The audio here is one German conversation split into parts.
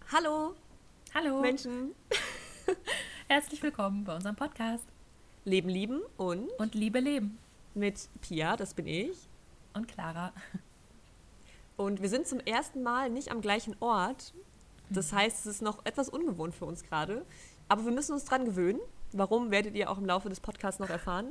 Hallo Hallo, Menschen, herzlich willkommen bei unserem Podcast Leben lieben und und Liebe leben mit Pia, das bin ich. und Clara. Und wir sind zum ersten Mal nicht am gleichen Ort. Das heißt, es ist noch etwas ungewohnt für uns gerade. Aber wir müssen uns dran gewöhnen. Warum, werdet ihr auch im Laufe des Podcasts noch erfahren.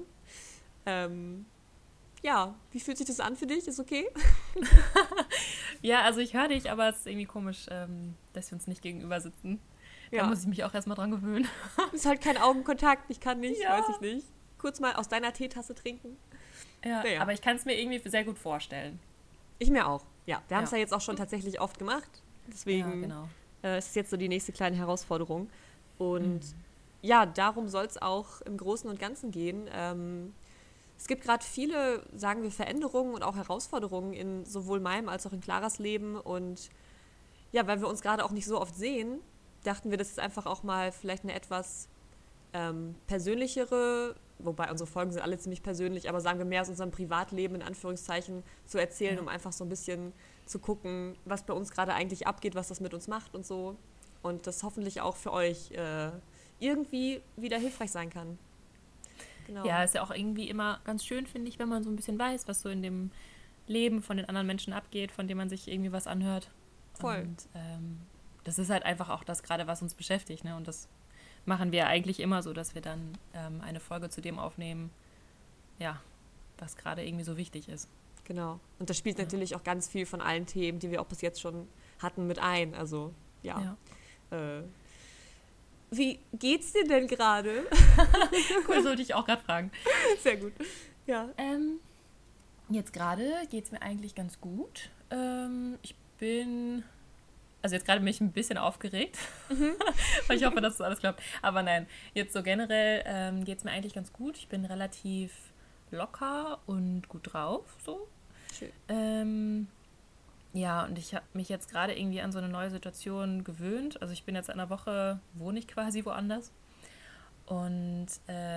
Ja, wie fühlt sich das an für dich? Ist okay? Ja, also ich höre dich, aber es ist irgendwie komisch, dass wir uns nicht gegenüber sitzen. Da Ja, muss ich mich auch erstmal dran gewöhnen. ist halt kein Augenkontakt. Ich kann nicht, Ja. weiß ich nicht. Kurz mal aus deiner Teetasse trinken. Ja, Naja, aber ich kann es mir irgendwie sehr gut vorstellen. ich mir auch. Ja, wir haben es Ja, ja jetzt auch schon tatsächlich oft gemacht. ja, Deswegen genau. ist es jetzt so die nächste kleine Herausforderung. Und ja, darum soll es auch im Großen und Ganzen gehen. Es gibt gerade viele, sagen wir, Veränderungen und auch Herausforderungen in sowohl meinem als auch in Claras Leben. Und ja, weil wir uns gerade auch nicht so oft sehen, dachten wir, das ist einfach auch mal vielleicht eine etwas persönlichere, wobei unsere Folgen sind alle ziemlich persönlich, aber sagen wir mehr aus unserem Privatleben in Anführungszeichen zu erzählen, Ja. um einfach so ein bisschen zu gucken, was bei uns gerade eigentlich abgeht, was das mit uns macht und so. Und das hoffentlich auch für euch irgendwie wieder hilfreich sein kann. Genau. Ja, ist ja auch irgendwie immer ganz schön, finde ich, wenn man so ein bisschen weiß, was so in dem Leben von den anderen Menschen abgeht, von dem man sich irgendwie was anhört. Voll. Und das ist halt einfach auch das gerade, was uns beschäftigt, ne? Und das machen wir eigentlich immer so, dass wir dann eine Folge zu dem aufnehmen, ja, was gerade irgendwie so wichtig ist. Genau. Und das spielt Ja. natürlich auch ganz viel von allen Themen, die wir auch bis jetzt schon hatten, mit ein. Also, ja. Ja. Äh, wie geht's dir denn gerade? Cool, sollte ich auch gerade fragen. Sehr gut. Ja. Jetzt gerade geht es mir eigentlich ganz gut. Also jetzt gerade bin ich ein bisschen aufgeregt, weil ich hoffe, dass das alles klappt. Aber nein, jetzt so generell geht es mir eigentlich ganz gut. Ich bin relativ locker und gut drauf, so. Schön. Ja, und ich habe mich jetzt gerade irgendwie an so eine neue Situation gewöhnt. Also ich bin jetzt in einer Woche, wohne ich quasi woanders. Und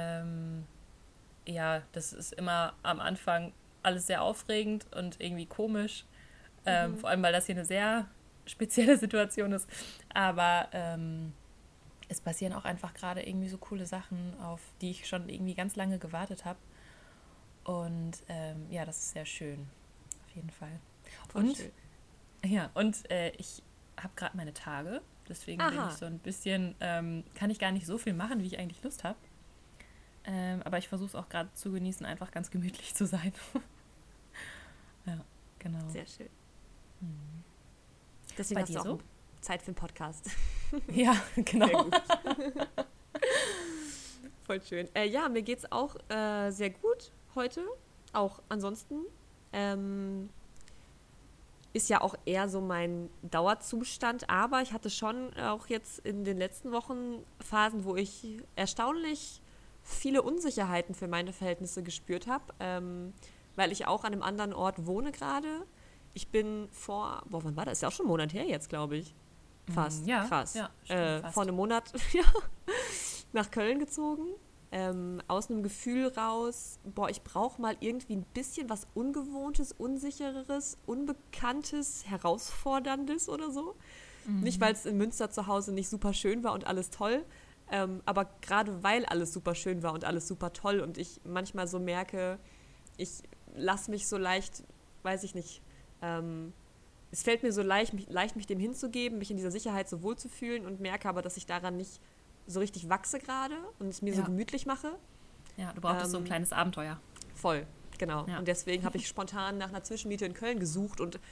ja, das ist immer am Anfang alles sehr aufregend und irgendwie komisch. Vor allem, weil das hier eine sehr spezielle Situation ist. Aber es passieren auch einfach gerade irgendwie so coole Sachen, auf die ich schon irgendwie ganz lange gewartet habe. Und ja, das ist sehr schön. Auf jeden Fall. Voll Und schön. ja, und ich habe gerade meine Tage. Deswegen bin Aha. ich so ein bisschen, kann ich gar nicht so viel machen, wie ich eigentlich Lust habe. Aber ich versuche es auch gerade zu genießen, einfach ganz gemütlich zu sein. Ja, genau. Sehr schön. Deswegen Bei hast du dir auch so? Zeit für einen Podcast. Ja, Sehr genau. gut. Voll schön. Ja, mir geht's auch sehr gut heute. Auch ansonsten. Ist ja auch eher so mein Dauerzustand, aber ich hatte schon auch jetzt in den letzten Wochen Phasen, wo ich erstaunlich viele Unsicherheiten für meine Verhältnisse gespürt habe, weil ich auch an einem anderen Ort wohne gerade. Ich bin wann war das? Ist ja auch schon einen Monat her jetzt, glaube ich. Fast, Ja, krass. ja, stimmt, fast. Vor einem Monat ja, nach Köln gezogen. Aus einem Gefühl raus, ich brauche mal irgendwie ein bisschen was Ungewohntes, Unsichereres, Unbekanntes, Herausforderndes oder so. Nicht, weil es in Münster zu Hause nicht super schön war und alles toll, aber gerade weil alles super schön war und alles super toll und ich manchmal so merke, ich lasse mich so leicht, weiß ich nicht, es fällt mir so leicht, mich dem hinzugeben, mich in dieser Sicherheit so wohl zu fühlen und merke aber, dass ich daran nicht so richtig wachse gerade und es mir so Ja. gemütlich mache. Ja, du brauchtest so ein kleines Abenteuer. Voll, genau. Ja. Und deswegen habe ich spontan nach einer Zwischenmiete in Köln gesucht und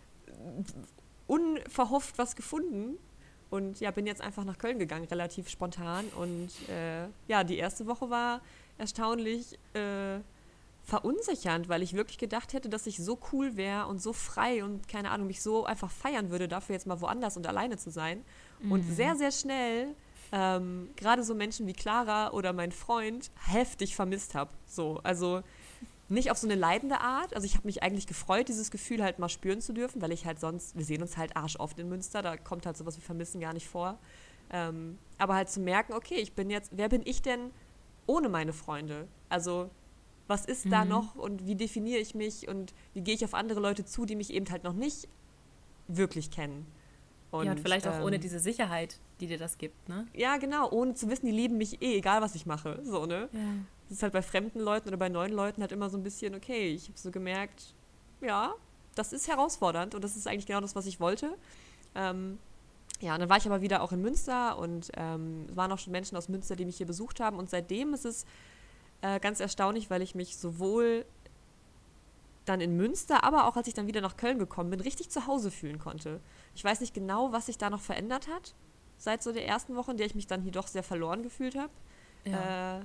unverhofft was gefunden. Und ja, bin jetzt einfach nach Köln gegangen, relativ spontan. Und ja, die erste Woche war erstaunlich verunsichernd, weil ich wirklich gedacht hätte, dass ich so cool wäre und so frei und keine Ahnung, mich so einfach feiern würde, dafür jetzt mal woanders und alleine zu sein. Und sehr, sehr schnell gerade so Menschen wie Clara oder mein Freund heftig vermisst habe. So, also nicht auf so eine leidende Art. Also ich habe mich eigentlich gefreut, dieses Gefühl halt mal spüren zu dürfen, weil ich halt sonst, wir sehen uns halt arsch oft in Münster, da kommt halt sowas wie Vermissen gar nicht vor. Aber halt zu merken, okay, wer bin ich denn ohne meine Freunde? Also was ist da noch und wie definiere ich mich und wie gehe ich auf andere Leute zu, die mich eben halt noch nicht wirklich kennen? Und vielleicht auch ohne diese Sicherheit, die dir das gibt, ne? Ja, genau, ohne zu wissen, die lieben mich egal was ich mache, so, ne? Ja. Das ist halt bei fremden Leuten oder bei neuen Leuten halt immer so ein bisschen, okay, ich habe so gemerkt, ja, das ist herausfordernd und das ist eigentlich genau das, was ich wollte. Ja, und dann war ich aber wieder auch in Münster und es waren auch schon Menschen aus Münster, die mich hier besucht haben und seitdem ist es ganz erstaunlich, weil ich mich sowohl dann in Münster, aber auch als ich dann wieder nach Köln gekommen bin, richtig zu Hause fühlen konnte. Ich weiß nicht genau, was sich da noch verändert hat, seit so der ersten Woche, in der ich mich dann hier doch sehr verloren gefühlt habe. Ja.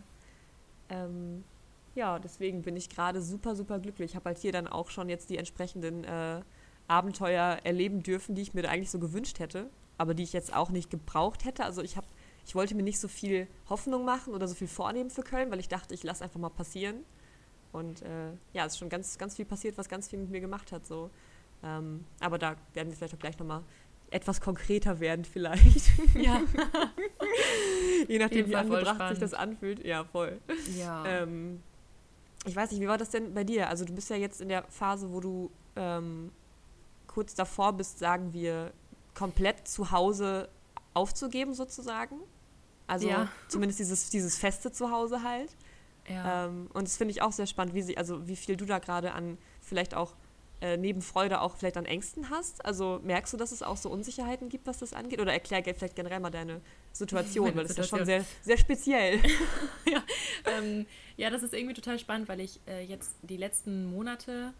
Ja, deswegen bin ich gerade super, super glücklich. Ich habe halt hier dann auch schon jetzt die entsprechenden Abenteuer erleben dürfen, die ich mir da eigentlich so gewünscht hätte, aber die ich jetzt auch nicht gebraucht hätte. Also ich wollte mir nicht so viel Hoffnung machen oder so viel vornehmen für Köln, weil ich dachte, ich lasse einfach mal passieren. Und ja, es ist schon ganz, ganz viel passiert, was ganz viel mit mir gemacht hat. So. Aber da werden wir vielleicht auch gleich nochmal etwas konkreter werden vielleicht. Ja. Je nachdem, wie angebracht sich das anfühlt. Ja, voll. Ja. Ich weiß nicht, wie war das denn bei dir? Also du bist ja jetzt in der Phase, wo du kurz davor bist, sagen wir, komplett zu Hause aufzugeben sozusagen. Also zumindest dieses feste Zuhause halt. Ja. Und das finde ich auch sehr spannend, wie viel du da gerade an vielleicht auch neben Freude auch vielleicht an Ängsten hast. Also merkst du, dass es auch so Unsicherheiten gibt, was das angeht? Oder erklär vielleicht generell mal deine Situation, weil das ist ja schon sehr, sehr speziell. Ja, das ist irgendwie total spannend, weil ich jetzt die letzten Monate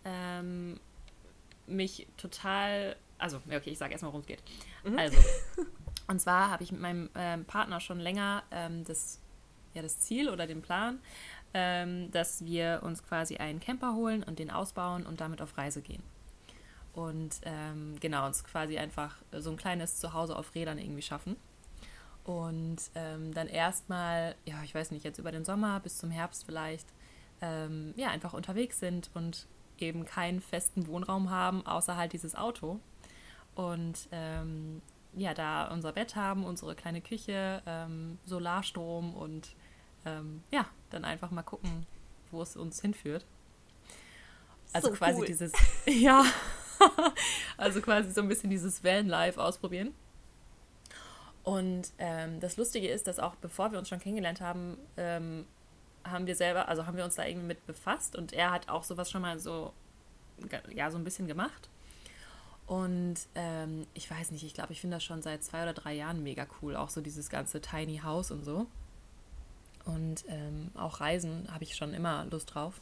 mich total, also, okay, ich sage erstmal, worum es geht. Also, und zwar habe ich mit meinem Partner schon länger das Ziel oder den Plan, dass wir uns quasi einen Camper holen und den ausbauen und damit auf Reise gehen. Und genau, uns quasi einfach so ein kleines Zuhause auf Rädern irgendwie schaffen. Und dann erstmal, ja, ich weiß nicht, jetzt über den Sommer bis zum Herbst vielleicht, einfach unterwegs sind und eben keinen festen Wohnraum haben, außer halt dieses Auto. Und da unser Bett haben, unsere kleine Küche, Solarstrom und dann einfach mal gucken, wo es uns hinführt. Also so quasi cool. Also quasi so ein bisschen dieses Van-Life ausprobieren. Und das Lustige ist, dass auch bevor wir uns schon kennengelernt haben, haben wir uns da irgendwie mit befasst und er hat auch sowas schon mal so ein bisschen gemacht. Und ich weiß nicht, ich glaube, ich finde das schon seit 2 oder 3 Jahren mega cool, auch so dieses ganze Tiny House und so. Und auch Reisen habe ich schon immer Lust drauf.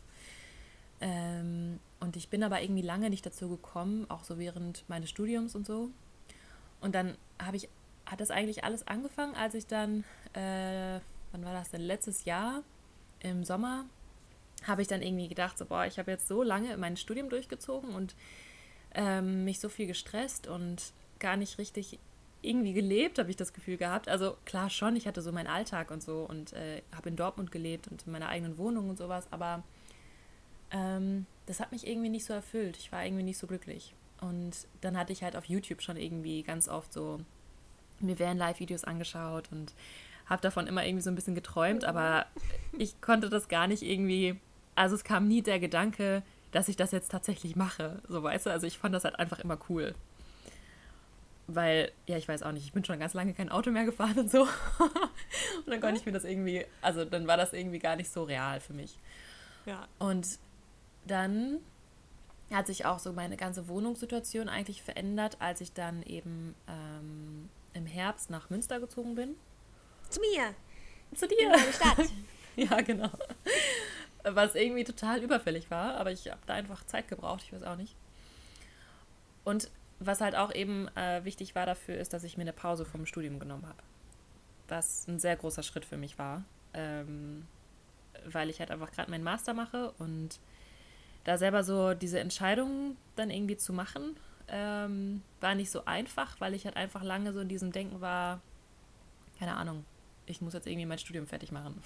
Und ich bin aber irgendwie lange nicht dazu gekommen, auch so während meines Studiums und so. Und dann hat das eigentlich alles angefangen, als ich dann, wann war das denn, letztes Jahr im Sommer, habe ich dann irgendwie gedacht, so, ich habe jetzt so lange mein Studium durchgezogen und mich so viel gestresst und gar nicht richtig irgendwie gelebt, habe ich das Gefühl gehabt. Also klar schon, ich hatte so meinen Alltag und so und habe in Dortmund gelebt und in meiner eigenen Wohnung und sowas, aber das hat mich irgendwie nicht so erfüllt. Ich war irgendwie nicht so glücklich. Und dann hatte ich halt auf YouTube schon irgendwie ganz oft so mir Van-Life-Videos angeschaut und habe davon immer irgendwie so ein bisschen geträumt, aber ich konnte das gar nicht irgendwie, also es kam nie der Gedanke, dass ich das jetzt tatsächlich mache, so, weißt du, also ich fand das halt einfach immer cool. Weil, ja, ich weiß auch nicht, ich bin schon ganz lange kein Auto mehr gefahren und so. Und dann konnte ich mir das irgendwie, also dann war das irgendwie gar nicht so real für mich. Ja. Und dann hat sich auch so meine ganze Wohnungssituation eigentlich verändert, als ich dann eben im Herbst nach Münster gezogen bin. Zu mir. Zu dir. In meine Stadt. Ja, genau. Was irgendwie total überfällig war, aber ich habe da einfach Zeit gebraucht, ich weiß auch nicht. Und was halt auch eben wichtig war dafür, ist, dass ich mir eine Pause vom Studium genommen habe. Was ein sehr großer Schritt für mich war, weil ich halt einfach gerade meinen Master mache und da selber so diese Entscheidung dann irgendwie zu machen, war nicht so einfach, weil ich halt einfach lange so in diesem Denken war, keine Ahnung, ich muss jetzt irgendwie mein Studium fertig machen.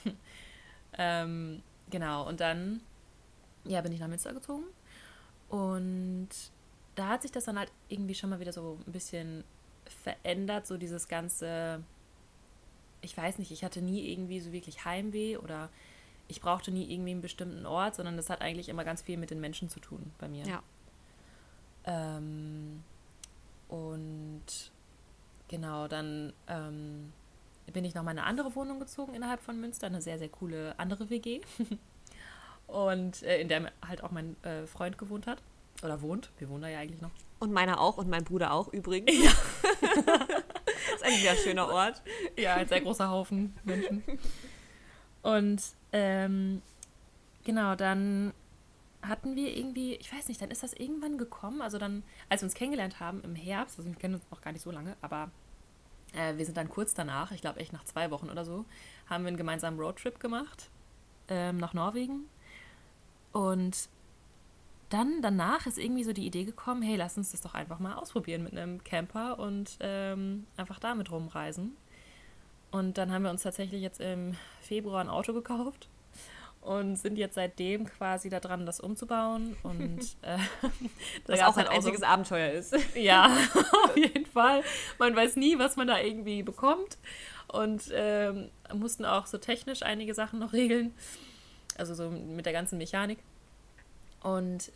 Genau, und dann bin ich nach Münster gezogen und da hat sich das dann halt irgendwie schon mal wieder so ein bisschen verändert, so dieses ganze, ich weiß nicht, ich hatte nie irgendwie so wirklich Heimweh oder ich brauchte nie irgendwie einen bestimmten Ort, sondern das hat eigentlich immer ganz viel mit den Menschen zu tun bei mir. Ja. Und genau, dann bin ich noch mal in eine andere Wohnung gezogen innerhalb von Münster, eine sehr, sehr coole andere WG. Und in der halt auch mein Freund gewohnt hat. Oder wohnt. Wir wohnen da ja eigentlich noch. Und meiner auch und mein Bruder auch übrigens. Ja. Ist ein sehr schöner Ort. Ja, ein sehr großer Haufen Menschen. Und genau, dann hatten wir irgendwie, ich weiß nicht, dann ist das irgendwann gekommen, also dann, als wir uns kennengelernt haben im Herbst, also wir kennen uns noch gar nicht so lange, aber wir sind dann kurz danach, ich glaube echt nach 2 Wochen oder so, haben wir einen gemeinsamen Roadtrip gemacht nach Norwegen. Und dann danach ist irgendwie so die Idee gekommen, hey, lass uns das doch einfach mal ausprobieren mit einem Camper und einfach damit rumreisen. Und dann haben wir uns tatsächlich jetzt im Februar ein Auto gekauft und sind jetzt seitdem quasi da dran, das umzubauen. Und was auch ein einziges Abenteuer ist. Ja, auf jeden Fall. Man weiß nie, was man da irgendwie bekommt. Und mussten auch so technisch einige Sachen noch regeln. Also so mit der ganzen Mechanik. Und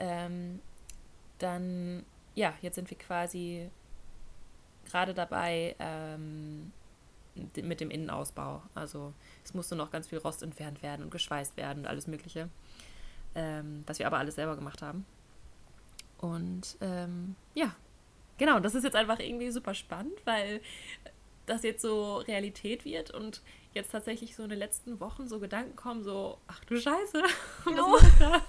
dann, ja, jetzt sind wir quasi gerade dabei mit dem Innenausbau. Also es musste noch ganz viel Rost entfernt werden und geschweißt werden und alles Mögliche. Was wir aber alles selber gemacht haben. Und ja, genau, das ist jetzt einfach irgendwie super spannend, weil das jetzt so Realität wird und jetzt tatsächlich so in den letzten Wochen so Gedanken kommen, so, ach du Scheiße, was mache ich da?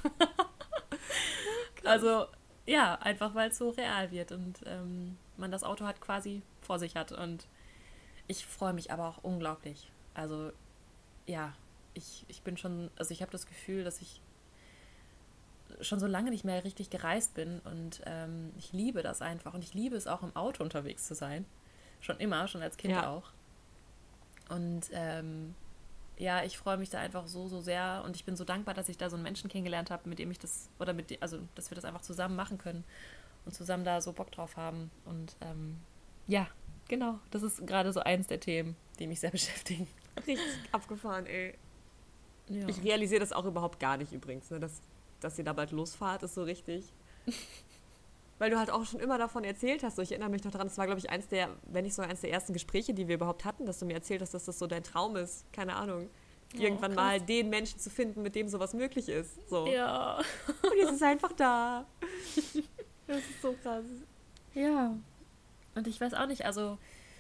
Also, ja, einfach weil es so real wird und man das Auto halt quasi vor sich hat. Und ich freue mich aber auch unglaublich. Also, ja, ich bin schon, also ich habe das Gefühl, dass ich schon so lange nicht mehr richtig gereist bin und ich liebe das einfach. Und ich liebe es auch im Auto unterwegs zu sein. Schon immer, schon als Kind auch. Und ja, ich freue mich da einfach so, so sehr und ich bin so dankbar, dass ich da so einen Menschen kennengelernt habe, mit dem ich das, oder also, dass wir das einfach zusammen machen können und zusammen da so Bock drauf haben. Und ja, genau, das ist gerade so eins der Themen, die mich sehr beschäftigen. Richtig abgefahren, ey. Ja. Ich realisiere das auch überhaupt gar nicht übrigens, ne? Dass ihr da bald losfahrt, ist so richtig. Weil du halt auch schon immer davon erzählt hast. So, ich erinnere mich noch daran, das war, glaube ich, eins der ersten Gespräche, die wir überhaupt hatten, dass du mir erzählt hast, dass das so dein Traum ist. Keine Ahnung. Irgendwann mal den Menschen zu finden, mit dem sowas möglich ist. So. Ja. Und jetzt ist es einfach da. Das ist so krass. Ja. Und ich weiß auch nicht, also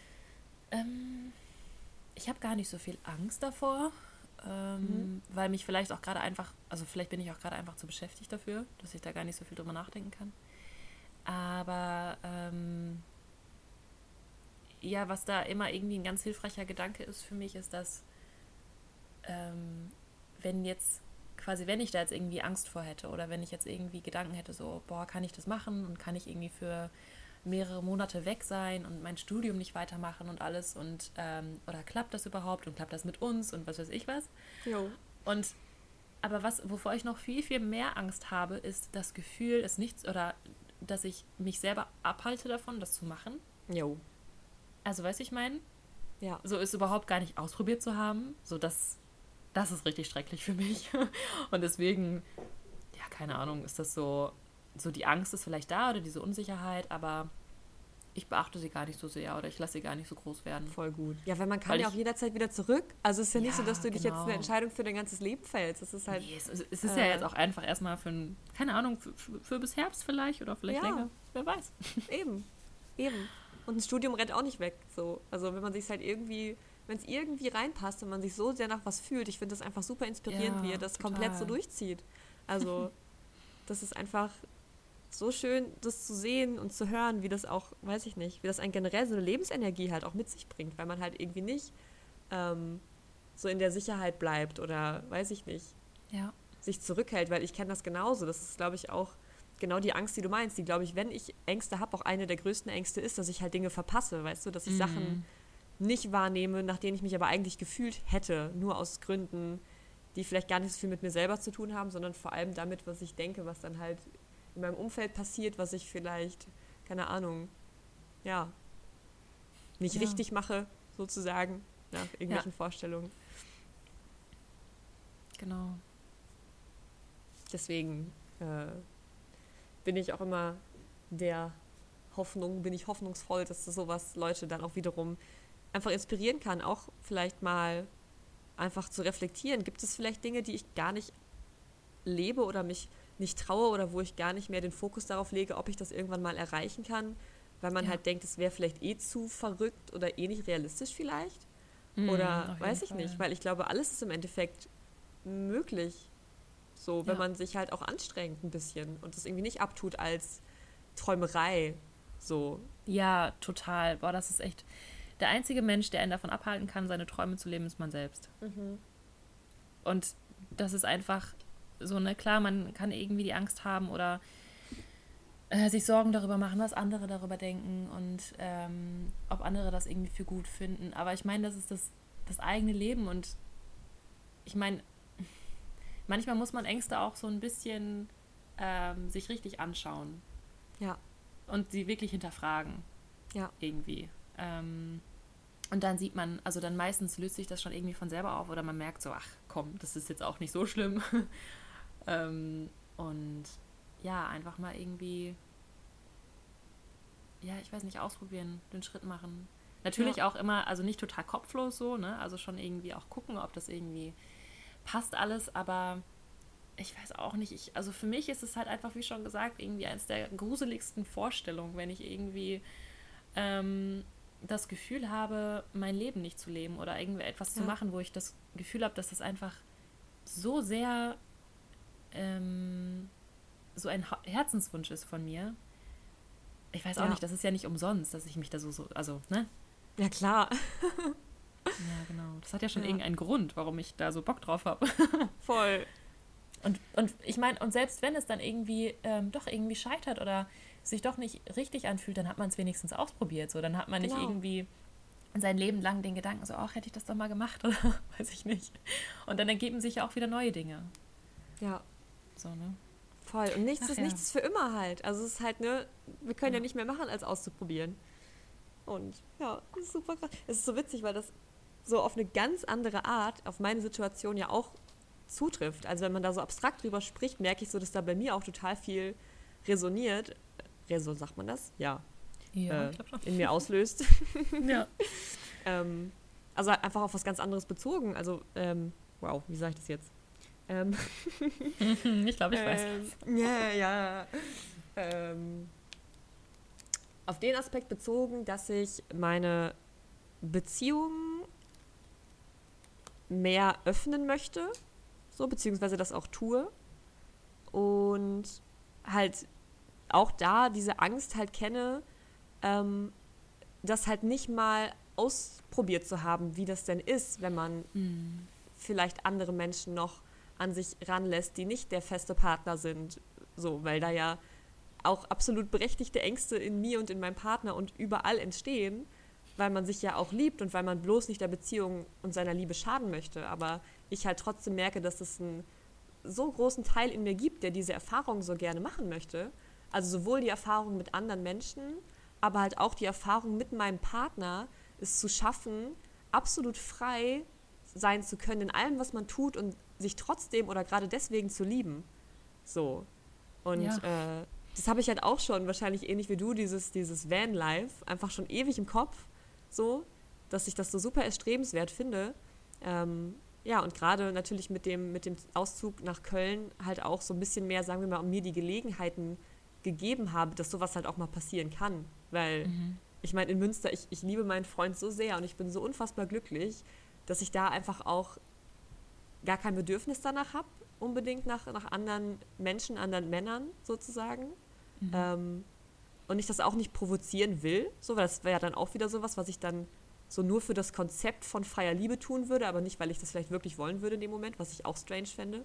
ich habe gar nicht so viel Angst davor, weil mich vielleicht auch gerade einfach, also vielleicht bin ich auch gerade einfach zu beschäftigt dafür, dass ich da gar nicht so viel drüber nachdenken kann. Aber ja, was da immer irgendwie ein ganz hilfreicher Gedanke ist für mich, ist, dass wenn ich da jetzt irgendwie Angst vor hätte oder wenn ich jetzt irgendwie Gedanken hätte, so, boah, kann ich das machen und kann ich irgendwie für mehrere Monate weg sein und mein Studium nicht weitermachen und alles und oder klappt das überhaupt und klappt das mit uns und was weiß ich was. Jo. Aber wovor ich noch viel, viel mehr Angst habe, ist das Gefühl, dass ich mich selber abhalte davon, das zu machen. Jo. Also, weißt du, ich meine? Ja. So ist überhaupt gar nicht ausprobiert zu haben. So, das ist richtig schrecklich für mich. Und deswegen, ja, keine Ahnung, ist das so die Angst ist vielleicht da oder diese Unsicherheit, aber ich beachte sie gar nicht so sehr oder ich lasse sie gar nicht so groß werden. Voll gut. Ja, weil man kann ja auch jederzeit wieder zurück. Also es ist ja nicht so, dass du dich jetzt eine Entscheidung für dein ganzes Leben fällst. Es ist halt... Nee, es ist ja jetzt auch einfach erstmal keine Ahnung, für bis Herbst vielleicht oder vielleicht länger. Wer weiß. Eben. Und ein Studium rennt auch nicht weg. So. Also wenn man sich halt irgendwie, wenn es irgendwie reinpasst und man sich so sehr nach was fühlt, ich finde das einfach super inspirierend, wie ihr das komplett so durchzieht. Also das ist einfach so schön, das zu sehen und zu hören, wie das auch, weiß ich nicht, wie das einen generell so eine Lebensenergie halt auch mit sich bringt, weil man halt irgendwie nicht so in der Sicherheit bleibt oder, weiß ich nicht, sich zurückhält, weil ich kenne das genauso. Das ist, glaube ich, auch genau die Angst, die du meinst, die, glaube ich, wenn ich Ängste habe, auch eine der größten Ängste ist, dass ich halt Dinge verpasse, weißt du, dass ich Sachen nicht wahrnehme, nach denen ich mich aber eigentlich gefühlt hätte, nur aus Gründen, die vielleicht gar nicht so viel mit mir selber zu tun haben, sondern vor allem damit, was ich denke, was dann halt in meinem Umfeld passiert, was ich vielleicht, keine Ahnung, nicht richtig mache, sozusagen, nach irgendwelchen Vorstellungen. Genau. Deswegen bin ich auch immer der bin ich hoffnungsvoll, dass sowas Leute dann auch wiederum einfach inspirieren kann, auch vielleicht mal einfach zu reflektieren. Gibt es vielleicht Dinge, die ich gar nicht lebe oder mich nicht traue oder wo ich gar nicht mehr den Fokus darauf lege, ob ich das irgendwann mal erreichen kann, weil man halt denkt, es wäre vielleicht zu verrückt oder nicht realistisch vielleicht? Oder weiß ich nicht, weil ich glaube, alles ist im Endeffekt möglich, so, wenn man sich halt auch anstrengt ein bisschen und das irgendwie nicht abtut als Träumerei, so. Ja, total. Boah, das ist echt, der einzige Mensch, der einen davon abhalten kann, seine Träume zu leben, ist man selbst. Und das ist einfach so, ne, klar, man kann irgendwie die Angst haben oder sich Sorgen darüber machen, was andere darüber denken und ob andere das irgendwie für gut finden. Aber ich meine, das ist das eigene Leben und ich meine, manchmal muss man Ängste auch so ein bisschen sich richtig anschauen. Ja. Und sie wirklich hinterfragen. Ja. Irgendwie. Und dann sieht man, also dann meistens löst sich das schon irgendwie von selber auf oder man merkt so, ach komm, das ist jetzt auch nicht so schlimm. Und ja, einfach mal irgendwie, ja, ich weiß nicht, ausprobieren, den Schritt machen. Natürlich auch immer, also nicht total kopflos so, ne? Also schon irgendwie auch gucken, ob das irgendwie passt alles, aber ich weiß auch nicht, also für mich ist es halt einfach, wie schon gesagt, irgendwie eines der gruseligsten Vorstellungen, wenn ich irgendwie das Gefühl habe, mein Leben nicht zu leben oder irgendwie etwas zu machen, wo ich das Gefühl habe, dass das einfach so sehr so ein Herzenswunsch ist von mir. Ich weiß auch nicht, das ist ja nicht umsonst, dass ich mich da so also, ne? Ja, klar. Ja, genau. Das hat ja schon irgendeinen Grund, warum ich da so Bock drauf habe. Voll. Und ich meine, und selbst wenn es dann irgendwie doch irgendwie scheitert oder sich doch nicht richtig anfühlt, dann hat man es wenigstens ausprobiert. So, dann hat man nicht irgendwie sein Leben lang den Gedanken so, ach, hätte ich das doch mal gemacht oder weiß ich nicht. Und dann ergeben sich ja auch wieder neue Dinge. Ja. So, ne? Voll. Und nichts ist für immer halt. Also es ist halt, ne, wir können ja nicht mehr machen, als auszuprobieren. Und ja, das ist super krass. Es ist so witzig, weil das so auf eine ganz andere Art auf meine Situation ja auch zutrifft. Also wenn man da so abstrakt drüber spricht, merke ich so, dass da bei mir auch total viel resoniert. Sagt man das? Ja. Ja, ich glaube schon. In mir auslöst. Ja. Also einfach auf was ganz anderes bezogen. Also, wow, wie sage ich das jetzt? Ich glaube, ich weiß das. Ja. Auf den Aspekt bezogen, dass ich meine Beziehung mehr öffnen möchte, so, beziehungsweise das auch tue. Und halt auch da diese Angst halt kenne, das halt nicht mal ausprobiert zu haben, wie das denn ist, wenn man vielleicht andere Menschen noch an sich ranlässt, die nicht der feste Partner sind, so, weil da ja auch absolut berechtigte Ängste in mir und in meinem Partner und überall entstehen, weil man sich ja auch liebt und weil man bloß nicht der Beziehung und seiner Liebe schaden möchte. Aber ich halt trotzdem merke, dass es einen so großen Teil in mir gibt, der diese Erfahrung so gerne machen möchte. Also sowohl die Erfahrung mit anderen Menschen, aber halt auch die Erfahrung mit meinem Partner, es zu schaffen, absolut frei sein zu können in allem, was man tut und sich trotzdem oder gerade deswegen zu lieben. So. Und das habe ich halt auch schon, wahrscheinlich ähnlich wie du, dieses Vanlife, einfach schon ewig im Kopf, so, dass ich das so super erstrebenswert finde. Ja, und gerade natürlich mit dem Auszug nach Köln halt auch so ein bisschen mehr, sagen wir mal, mir die Gelegenheiten gegeben habe, dass sowas halt auch mal passieren kann. Weil, ich meine, in Münster, ich liebe meinen Freund so sehr und ich bin so unfassbar glücklich, dass ich da einfach auch gar kein Bedürfnis danach habe, unbedingt nach anderen Menschen, anderen Männern sozusagen. Und ich das auch nicht provozieren will, so, weil das wäre ja dann auch wieder sowas, was ich dann so nur für das Konzept von freier Liebe tun würde, aber nicht, weil ich das vielleicht wirklich wollen würde in dem Moment, was ich auch strange fände.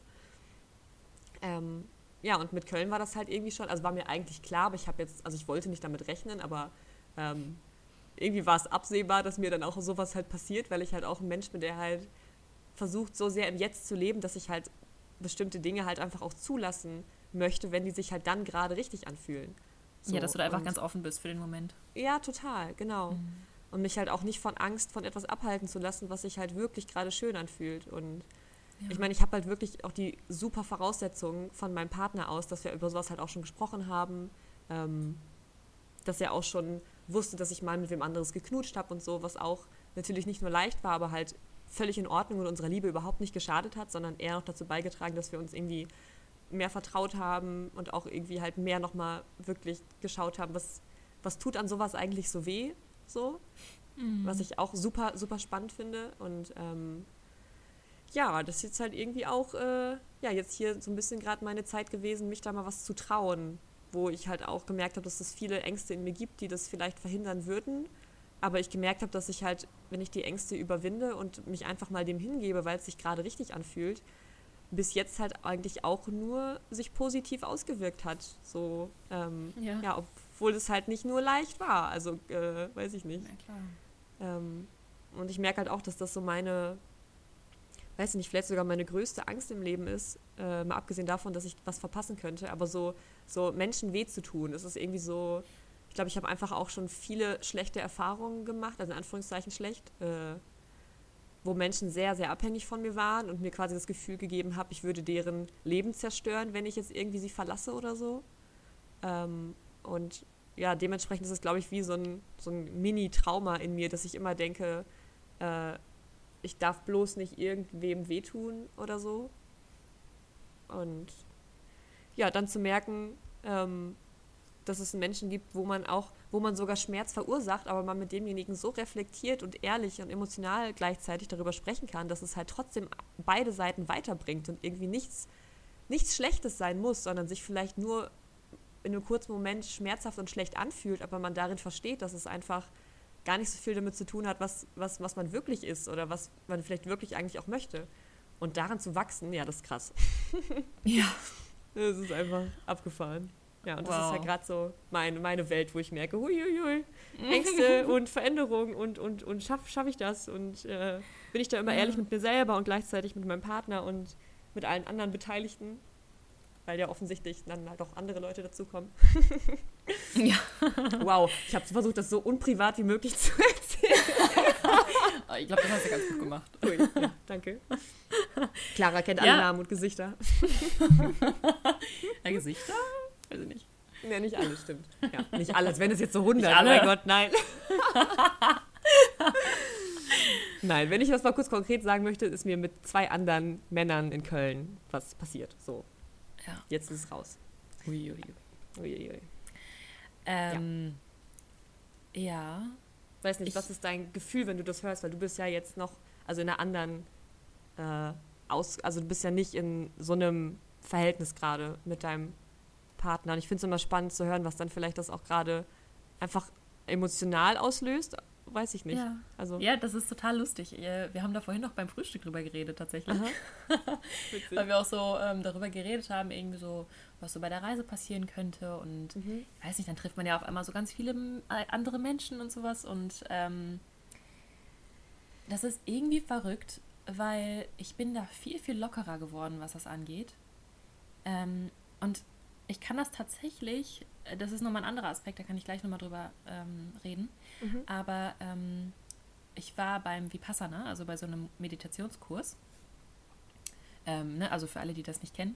Ja, und mit Köln war das halt irgendwie schon, also war mir eigentlich klar, aber ich wollte nicht damit rechnen, aber irgendwie war es absehbar, dass mir dann auch sowas halt passiert, weil ich halt auch ein Mensch bin, der halt versucht, so sehr im Jetzt zu leben, dass ich halt bestimmte Dinge halt einfach auch zulassen möchte, wenn die sich halt dann gerade richtig anfühlen. So, ja, dass du da einfach ganz offen bist für den Moment. Ja, total, genau. Und mich halt auch nicht von Angst von etwas abhalten zu lassen, was sich halt wirklich gerade schön anfühlt. Und ich meine, ich habe halt wirklich auch die super Voraussetzungen von meinem Partner aus, dass wir über sowas halt auch schon gesprochen haben. dass er auch schon wusste, dass ich mal mit wem anderes geknutscht habe und so, was auch natürlich nicht nur leicht war, aber halt völlig in Ordnung und unserer Liebe überhaupt nicht geschadet hat, sondern eher noch dazu beigetragen, dass wir uns irgendwie mehr vertraut haben und auch irgendwie halt mehr nochmal wirklich geschaut haben, was tut an sowas eigentlich so weh, so, was ich auch super, super spannend finde und ja, das ist jetzt halt irgendwie auch, jetzt hier so ein bisschen gerade meine Zeit gewesen, mich da mal was zu trauen, wo ich halt auch gemerkt habe, dass es viele Ängste in mir gibt, die das vielleicht verhindern würden, aber ich gemerkt habe, dass ich halt, wenn ich die Ängste überwinde und mich einfach mal dem hingebe, weil es sich gerade richtig anfühlt, bis jetzt halt eigentlich auch nur sich positiv ausgewirkt hat. So, ja, obwohl es halt nicht nur leicht war. Also, weiß ich nicht. Na klar. Und ich merke halt auch, dass das so meine, weiß ich nicht, vielleicht sogar meine größte Angst im Leben ist, mal abgesehen davon, dass ich was verpassen könnte, aber so Menschen weh zu tun, es ist irgendwie so, ich glaube, ich habe einfach auch schon viele schlechte Erfahrungen gemacht, also in Anführungszeichen schlecht, wo Menschen sehr, sehr abhängig von mir waren und mir quasi das Gefühl gegeben habe, ich würde deren Leben zerstören, wenn ich jetzt irgendwie sie verlasse oder so. Und ja, dementsprechend ist es, glaube ich, wie so ein Mini-Trauma in mir, dass ich immer denke, ich darf bloß nicht irgendwem wehtun oder so. Und ja, dann zu merken, dass es Menschen gibt, wo man sogar Schmerz verursacht, aber man mit demjenigen so reflektiert und ehrlich und emotional gleichzeitig darüber sprechen kann, dass es halt trotzdem beide Seiten weiterbringt und irgendwie nichts Schlechtes sein muss, sondern sich vielleicht nur in einem kurzen Moment schmerzhaft und schlecht anfühlt, aber man darin versteht, dass es einfach gar nicht so viel damit zu tun hat, was man wirklich ist oder was man vielleicht wirklich eigentlich auch möchte. Und daran zu wachsen, ja, das ist krass. Ja. Das ist einfach abgefahren. Ja, und das ist halt gerade so meine Welt, wo ich merke, huiuiui, Ängste und Veränderungen und schaff ich das? Und bin ich da immer ehrlich mit mir selber und gleichzeitig mit meinem Partner und mit allen anderen Beteiligten, weil ja offensichtlich dann halt auch andere Leute dazukommen. Ja. Wow, ich habe versucht, das so unprivat wie möglich zu erzählen. Ich glaube, das hast du ganz gut gemacht. Cool, ja, danke. Clara kennt alle Namen und Gesichter. Ja, Gesichter? Weiß ich nicht. Ja, nicht alle, stimmt. Ja, nicht alle, als wenn es jetzt so 100. Nicht alle. Oh mein Gott, nein. Nein, wenn ich das mal kurz konkret sagen möchte, ist mir mit 2 anderen Männern in Köln was passiert. So, Ja. jetzt ist es raus. Uiuiui. Uiuiui. Ja. Weiß nicht, was ist dein Gefühl, wenn du das hörst? Weil du bist ja jetzt noch, also in einer anderen, also du bist ja nicht in so einem Verhältnis gerade mit deinem Partner. Und ich finde es immer spannend zu hören, was dann vielleicht das auch gerade einfach emotional auslöst. Weiß ich nicht. Ja. Also, Ja, das ist total lustig. Wir haben da vorhin noch beim Frühstück drüber geredet, tatsächlich. witzig. Weil wir auch so darüber geredet haben, irgendwie so, was so bei der Reise passieren könnte. Und ich weiß nicht, dann trifft man ja auf einmal so ganz viele andere Menschen und sowas. Und das ist irgendwie verrückt, weil ich bin da viel, viel lockerer geworden, was das angeht. Und ich kann das tatsächlich, das ist nochmal ein anderer Aspekt, da kann ich gleich nochmal drüber reden. Aber ich war beim Vipassana, also bei so einem Meditationskurs. Also für alle, die das nicht kennen.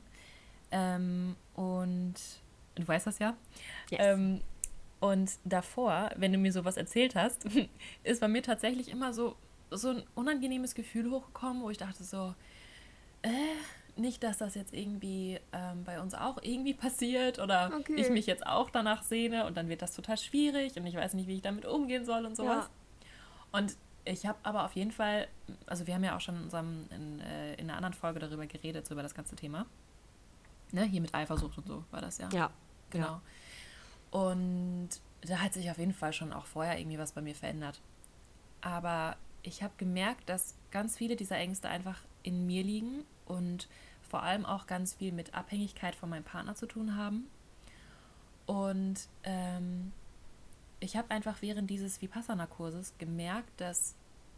Und du weißt das ja. Yes. Und davor, wenn du mir sowas erzählt hast, ist bei mir tatsächlich immer so ein unangenehmes Gefühl hochgekommen, wo ich dachte so, nicht, dass das jetzt irgendwie bei uns auch irgendwie passiert oder ich mich jetzt auch danach sehne und dann wird das total schwierig und ich weiß nicht, wie ich damit umgehen soll und sowas. Ja. Und ich habe aber auf jeden Fall, also wir haben ja auch schon in einer anderen Folge darüber geredet, so über das ganze Thema. Ne, hier mit Eifersucht und so war das ja. Ja. Genau. Ja. Und da hat sich auf jeden Fall schon auch vorher irgendwie was bei mir verändert. Aber ich habe gemerkt, dass ganz viele dieser Ängste einfach in mir liegen und vor allem auch ganz viel mit Abhängigkeit von meinem Partner zu tun haben. Und ich habe einfach während dieses Vipassana-Kurses gemerkt, dass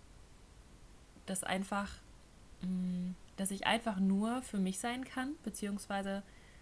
ich einfach nur für mich sein kann, beziehungsweise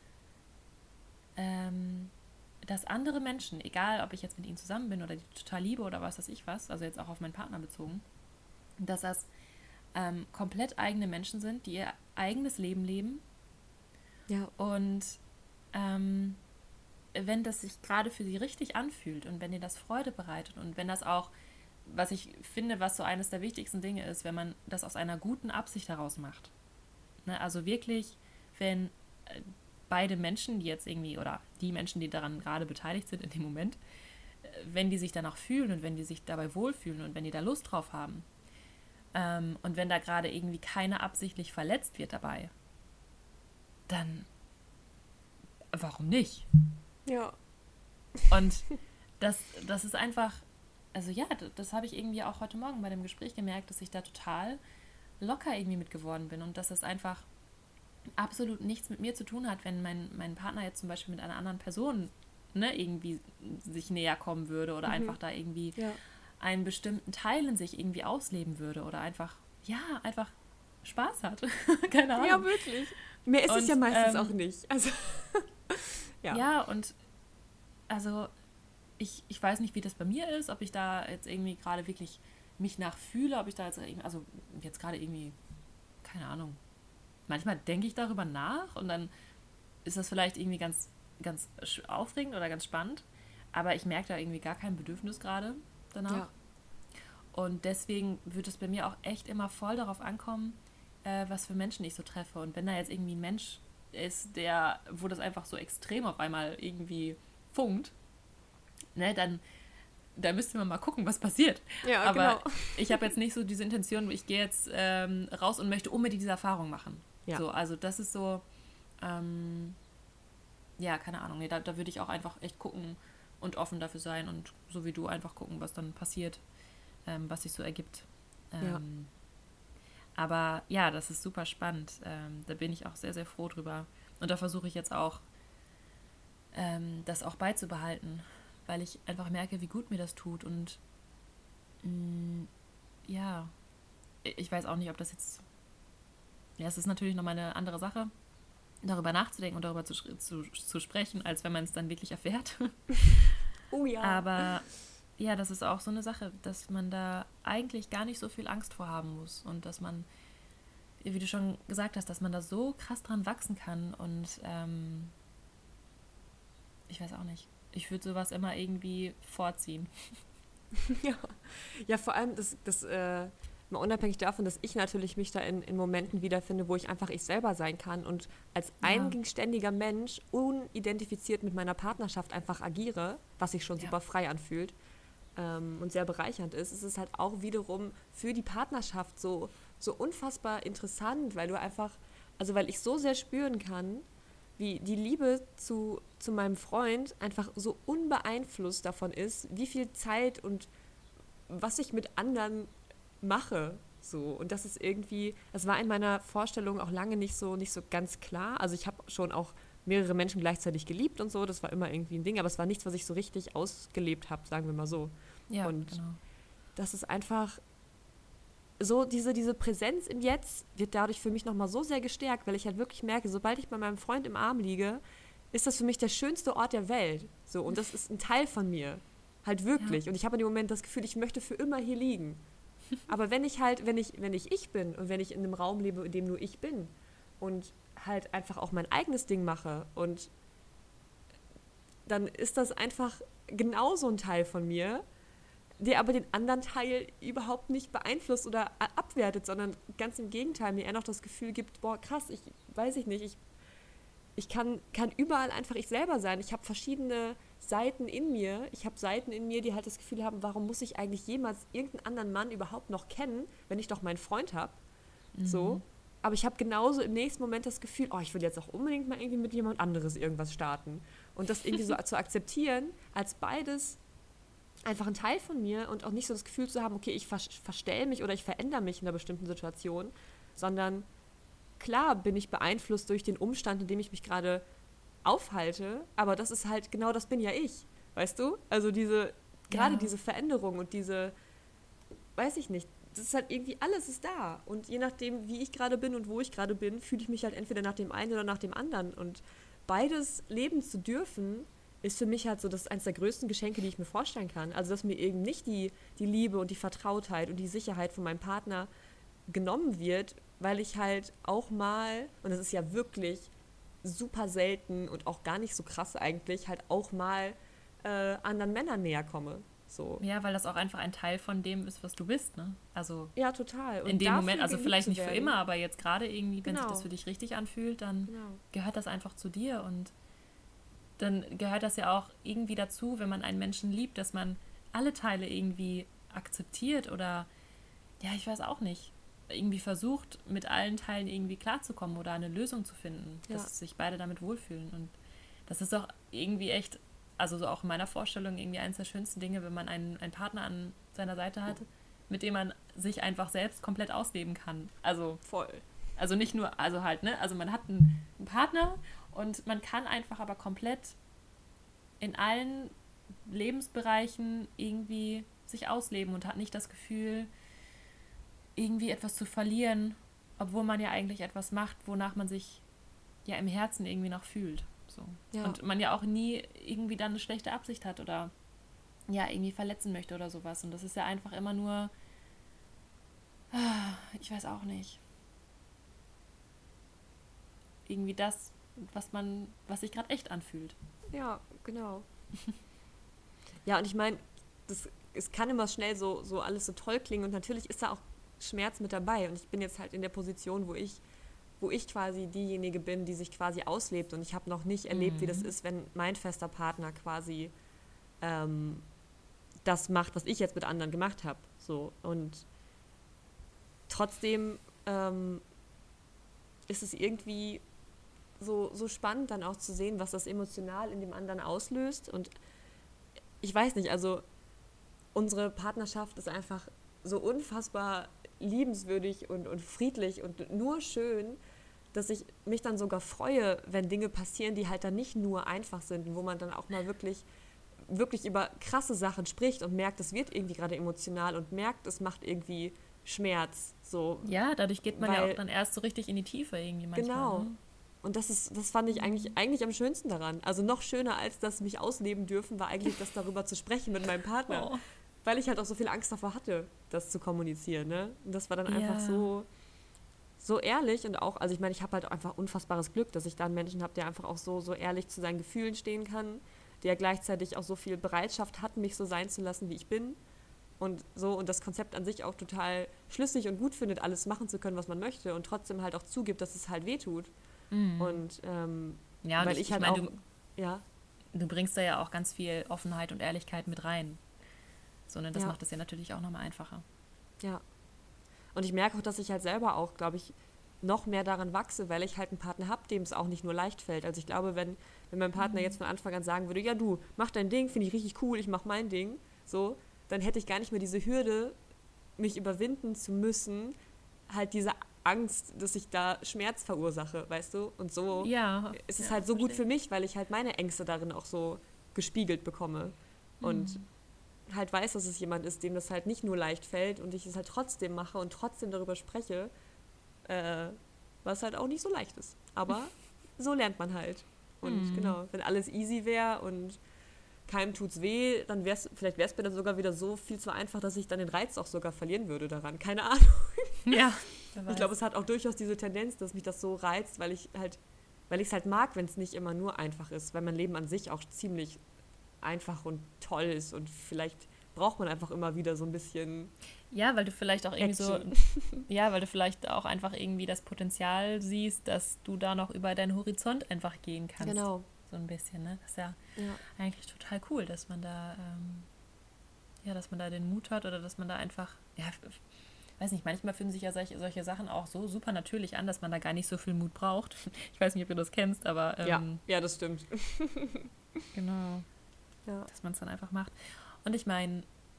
dass andere Menschen, egal ob ich jetzt mit ihnen zusammen bin oder die total liebe oder was weiß ich was, also jetzt auch auf meinen Partner bezogen, dass das komplett eigene Menschen sind, die ihr eigenes Leben leben. Ja. Und wenn das sich gerade für sie richtig anfühlt und wenn ihr das Freude bereitet und wenn das auch, was ich finde, was so eines der wichtigsten Dinge ist, wenn man das aus einer guten Absicht heraus macht. Ne? Also wirklich, wenn beide Menschen, die jetzt irgendwie, oder die Menschen, die daran gerade beteiligt sind in dem Moment, wenn die sich danach fühlen und wenn die sich dabei wohlfühlen und wenn die da Lust drauf haben und wenn da gerade irgendwie keiner absichtlich verletzt wird dabei, dann warum nicht? Ja. Und das ist einfach, also ja, das habe ich irgendwie auch heute Morgen bei dem Gespräch gemerkt, dass ich da total locker irgendwie mit geworden bin und dass das einfach absolut nichts mit mir zu tun hat, wenn mein Partner jetzt zum Beispiel mit einer anderen Person, ne, irgendwie sich näher kommen würde oder einfach da irgendwie einen bestimmten Teil in sich irgendwie ausleben würde oder einfach Spaß hat. Keine Ahnung. Ja, wirklich. Mehr ist es ja meistens auch nicht. Also, ja, und also ich weiß nicht, wie das bei mir ist, ob ich da jetzt irgendwie gerade wirklich mich nachfühle, ob ich da jetzt also jetzt gerade irgendwie, keine Ahnung, manchmal denke ich darüber nach und dann ist das vielleicht irgendwie ganz, ganz aufregend oder ganz spannend, aber ich merke da irgendwie gar kein Bedürfnis gerade danach. Ja. Und deswegen wird es bei mir auch echt immer voll darauf ankommen, was für Menschen ich so treffe. Und wenn da jetzt irgendwie ein Mensch ist, wo das einfach so extrem auf einmal irgendwie funkt, ne, dann müsste man mal gucken, was passiert. Ja, aber genau. Ich habe jetzt nicht so diese Intention, ich gehe jetzt raus und möchte unbedingt diese Erfahrung machen. Ja. So, also das ist so, ja, keine Ahnung, nee, da würde ich auch einfach echt gucken und offen dafür sein und so wie du einfach gucken, was dann passiert, was sich so ergibt. Aber ja, das ist super spannend. Da bin ich auch sehr, sehr froh drüber. Und da versuche ich jetzt auch, das auch beizubehalten, weil ich einfach merke, wie gut mir das tut. Und ja, ich weiß auch nicht, ob das jetzt... Ja, es ist natürlich nochmal eine andere Sache, darüber nachzudenken und darüber zu sprechen, als wenn man es dann wirklich erfährt. Oh ja. Aber ja, das ist auch so eine Sache, dass man da eigentlich gar nicht so viel Angst vor haben muss und dass man, wie du schon gesagt hast, dass man da so krass dran wachsen kann und ich weiß auch nicht. Ich würde sowas immer irgendwie vorziehen. Ja, vor allem mal unabhängig davon, dass ich natürlich mich da in Momenten wiederfinde, wo ich einfach ich selber sein kann und als eigenständiger Mensch unidentifiziert mit meiner Partnerschaft einfach agiere, was sich schon super frei anfühlt und sehr bereichernd ist. Es ist halt auch wiederum für die Partnerschaft so unfassbar interessant, weil du einfach, also weil ich so sehr spüren kann, wie die Liebe zu meinem Freund einfach so unbeeinflusst davon ist, wie viel Zeit und was ich mit anderen mache. So. Und das ist irgendwie, das war in meiner Vorstellung auch lange nicht so ganz klar. Also ich habe schon auch mehrere Menschen gleichzeitig geliebt und so, das war immer irgendwie ein Ding, aber es war nichts, was ich so richtig ausgelebt habe, sagen wir mal so. Ja, und genau. Das ist einfach so, diese Präsenz im Jetzt wird dadurch für mich nochmal so sehr gestärkt, weil ich halt wirklich merke, sobald ich bei meinem Freund im Arm liege, ist das für mich der schönste Ort der Welt. So, und das ist ein Teil von mir. Halt wirklich. Ja. Und ich habe in dem Moment das Gefühl, ich möchte für immer hier liegen. Aber wenn ich bin und wenn ich in einem Raum lebe, in dem nur ich bin und halt einfach auch mein eigenes Ding mache und dann ist das einfach genauso ein Teil von mir, der aber den anderen Teil überhaupt nicht beeinflusst oder abwertet, sondern ganz im Gegenteil, mir eher noch das Gefühl gibt, boah, krass, ich kann überall einfach ich selber sein. Ich habe verschiedene Seiten in mir. Ich habe Seiten in mir, die halt das Gefühl haben, warum muss ich eigentlich jemals irgendeinen anderen Mann überhaupt noch kennen, wenn ich doch meinen Freund habe. So. Aber ich habe genauso im nächsten Moment das Gefühl, oh, ich will jetzt auch unbedingt mal irgendwie mit jemand anderes irgendwas starten. Und das irgendwie so zu akzeptieren, als beides einfach ein Teil von mir und auch nicht so das Gefühl zu haben, okay, ich verstell mich oder ich verändere mich in einer bestimmten Situation, sondern klar bin ich beeinflusst durch den Umstand, in dem ich mich gerade aufhalte, aber das ist halt genau, das bin ja ich, weißt du? Also diese Veränderung und diese, weiß ich nicht, das ist halt irgendwie, alles ist da und je nachdem, wie ich gerade bin und wo ich gerade bin, fühle ich mich halt entweder nach dem einen oder nach dem anderen und beides leben zu dürfen, ist für mich halt so, das ist eines der größten Geschenke, die ich mir vorstellen kann. Also, dass mir eben nicht die Liebe und die Vertrautheit und die Sicherheit von meinem Partner genommen wird, weil ich halt auch mal, und das ist ja wirklich super selten und auch gar nicht so krass eigentlich halt auch mal anderen Männern näher komme. So. Ja, weil das auch einfach ein Teil von dem ist, was du bist, ne? Also Ja, total. in Und dem Moment, dafür also geliebt vielleicht zu nicht für werden. immer, aber jetzt gerade irgendwie, wenn sich das Genau, für dich richtig anfühlt, dann genau. gehört das einfach zu dir und dann gehört das ja auch irgendwie dazu, wenn man einen Menschen liebt, dass man alle Teile irgendwie akzeptiert oder, ja, ich weiß auch nicht, irgendwie versucht, mit allen Teilen irgendwie klarzukommen oder eine Lösung zu finden, Ja, dass sich beide damit wohlfühlen. Und das ist auch irgendwie echt, also so auch in meiner Vorstellung, irgendwie eines der schönsten Dinge, wenn man einen Partner an seiner Seite hat, mit dem man sich einfach selbst komplett ausleben kann. voll. Also nicht nur, also halt, ne, also man hat einen Partner und man kann einfach aber komplett in allen Lebensbereichen irgendwie sich ausleben und hat nicht das Gefühl, irgendwie etwas zu verlieren, obwohl man ja eigentlich etwas macht, wonach man sich ja im Herzen irgendwie noch fühlt. So. Ja, Und man ja auch nie irgendwie dann eine schlechte Absicht hat oder ja irgendwie verletzen möchte oder sowas. Und das ist ja einfach immer nur, ich weiß auch nicht, irgendwie das, was sich gerade echt anfühlt. ja, genau. Ja, und ich meine, es kann immer schnell so alles so toll klingen und natürlich ist da auch Schmerz mit dabei. Und ich bin jetzt halt in der Position, wo ich quasi diejenige bin, die sich quasi auslebt. Und ich habe noch nicht erlebt, wie das Mhm. ist, wenn mein fester Partner quasi ähm, das macht, was ich jetzt mit anderen gemacht habe. So. Und trotzdem ist es irgendwie so spannend dann auch zu sehen, was das emotional in dem anderen auslöst. Und ich weiß nicht, also unsere Partnerschaft ist einfach so unfassbar liebenswürdig und friedlich und nur schön, dass ich mich dann sogar freue, wenn Dinge passieren, die halt dann nicht nur einfach sind, wo man dann auch mal wirklich über krasse Sachen spricht und merkt, es wird irgendwie gerade emotional und merkt, es macht irgendwie Schmerz. So, Ja, dadurch geht man ja auch weil, dann erst so richtig in die Tiefe irgendwie manchmal, genau. ne? Und das fand ich eigentlich am schönsten daran. Also noch schöner als das mich ausleben dürfen, war eigentlich das darüber zu sprechen mit meinem Partner. Oh. Weil ich halt auch so viel Angst davor hatte, das zu kommunizieren. Ne? Und das war dann einfach Ja. so ehrlich und auch, also ich meine, ich habe halt einfach unfassbares Glück, dass ich da einen Menschen habe, der einfach auch so ehrlich zu seinen Gefühlen stehen kann, der gleichzeitig auch so viel Bereitschaft hat, mich so sein zu lassen, wie ich bin. Und so, und das Konzept an sich auch total schlüssig und gut findet, alles machen zu können, was man möchte und trotzdem halt auch zugibt, dass es halt wehtut. Mhm. Und Ja, und weil ich, ich ich halt meine, auch, ja, du bringst da ja auch ganz viel Offenheit und Ehrlichkeit mit rein. So, ne, das ja, macht es ja natürlich auch nochmal einfacher. ja. Und ich merke auch, dass ich halt selber auch, glaube ich, noch mehr daran wachse, weil ich halt einen Partner habe, dem es auch nicht nur leicht fällt. Also ich glaube, wenn mein Partner jetzt von Anfang an sagen würde, ja du, mach dein Ding, finde ich richtig cool, ich mach mein Ding, so, dann hätte ich gar nicht mehr diese Hürde, mich überwinden zu müssen, halt diese Angst, dass ich da Schmerz verursache, weißt du? Und so Ja, ist es ja, halt so gut verstehe für ich. mich, weil ich halt meine Ängste darin auch so gespiegelt bekomme. Und Mhm. halt weiß, dass es jemand ist, dem das halt nicht nur leicht fällt und ich es halt trotzdem mache und trotzdem darüber spreche, äh, was halt auch nicht so leicht ist. Aber so lernt man halt. Und Mhm. genau, wenn alles easy wäre und keinem tut's weh, dann vielleicht wäre es mir dann sogar wieder so viel zu einfach, dass ich dann den Reiz auch sogar verlieren würde daran. Keine Ahnung. Ja, wer Ich glaube, weiß. es hat auch durchaus diese Tendenz, dass mich das so reizt, weil ich es halt mag, wenn es nicht immer nur einfach ist, weil mein Leben an sich auch ziemlich einfach und toll ist und vielleicht braucht man einfach immer wieder so ein bisschen Ja, weil du vielleicht auch irgendwie so, Action. ja, weil du vielleicht auch einfach irgendwie das Potenzial siehst, dass du da noch über deinen Horizont einfach gehen kannst. Genau, So ein bisschen, ne? Das ist ja ja, eigentlich total cool, dass man da, ja, dass man da den Mut hat oder dass man da einfach, ja, weiß nicht, manchmal fühlen sich ja solche Sachen auch so super natürlich an, dass man da gar nicht so viel Mut braucht. Ich weiß nicht, ob du das kennst, aber ja, das stimmt. genau, Ja, dass man es dann einfach macht. Und ich meine,